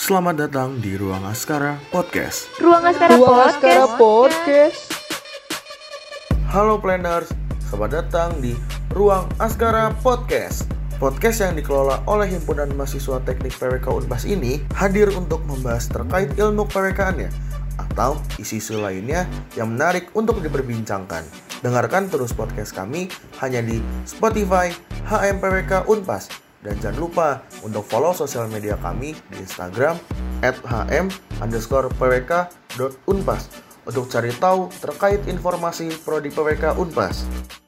Selamat datang di Ruang Askara Podcast. Ruang Askara Podcast. Halo planners, selamat datang di Ruang Askara Podcast. Podcast yang dikelola oleh Himpunan Mahasiswa Teknik PWK Unpas ini hadir untuk membahas terkait ilmu PWK-annya atau isu-isu lainnya yang menarik untuk diperbincangkan. Dengarkan terus podcast kami hanya di Spotify HMPWK Unpas. Dan jangan lupa untuk follow sosial media kami di Instagram @hm_pwk.unpas untuk cari tahu terkait informasi prodi PWK Unpas.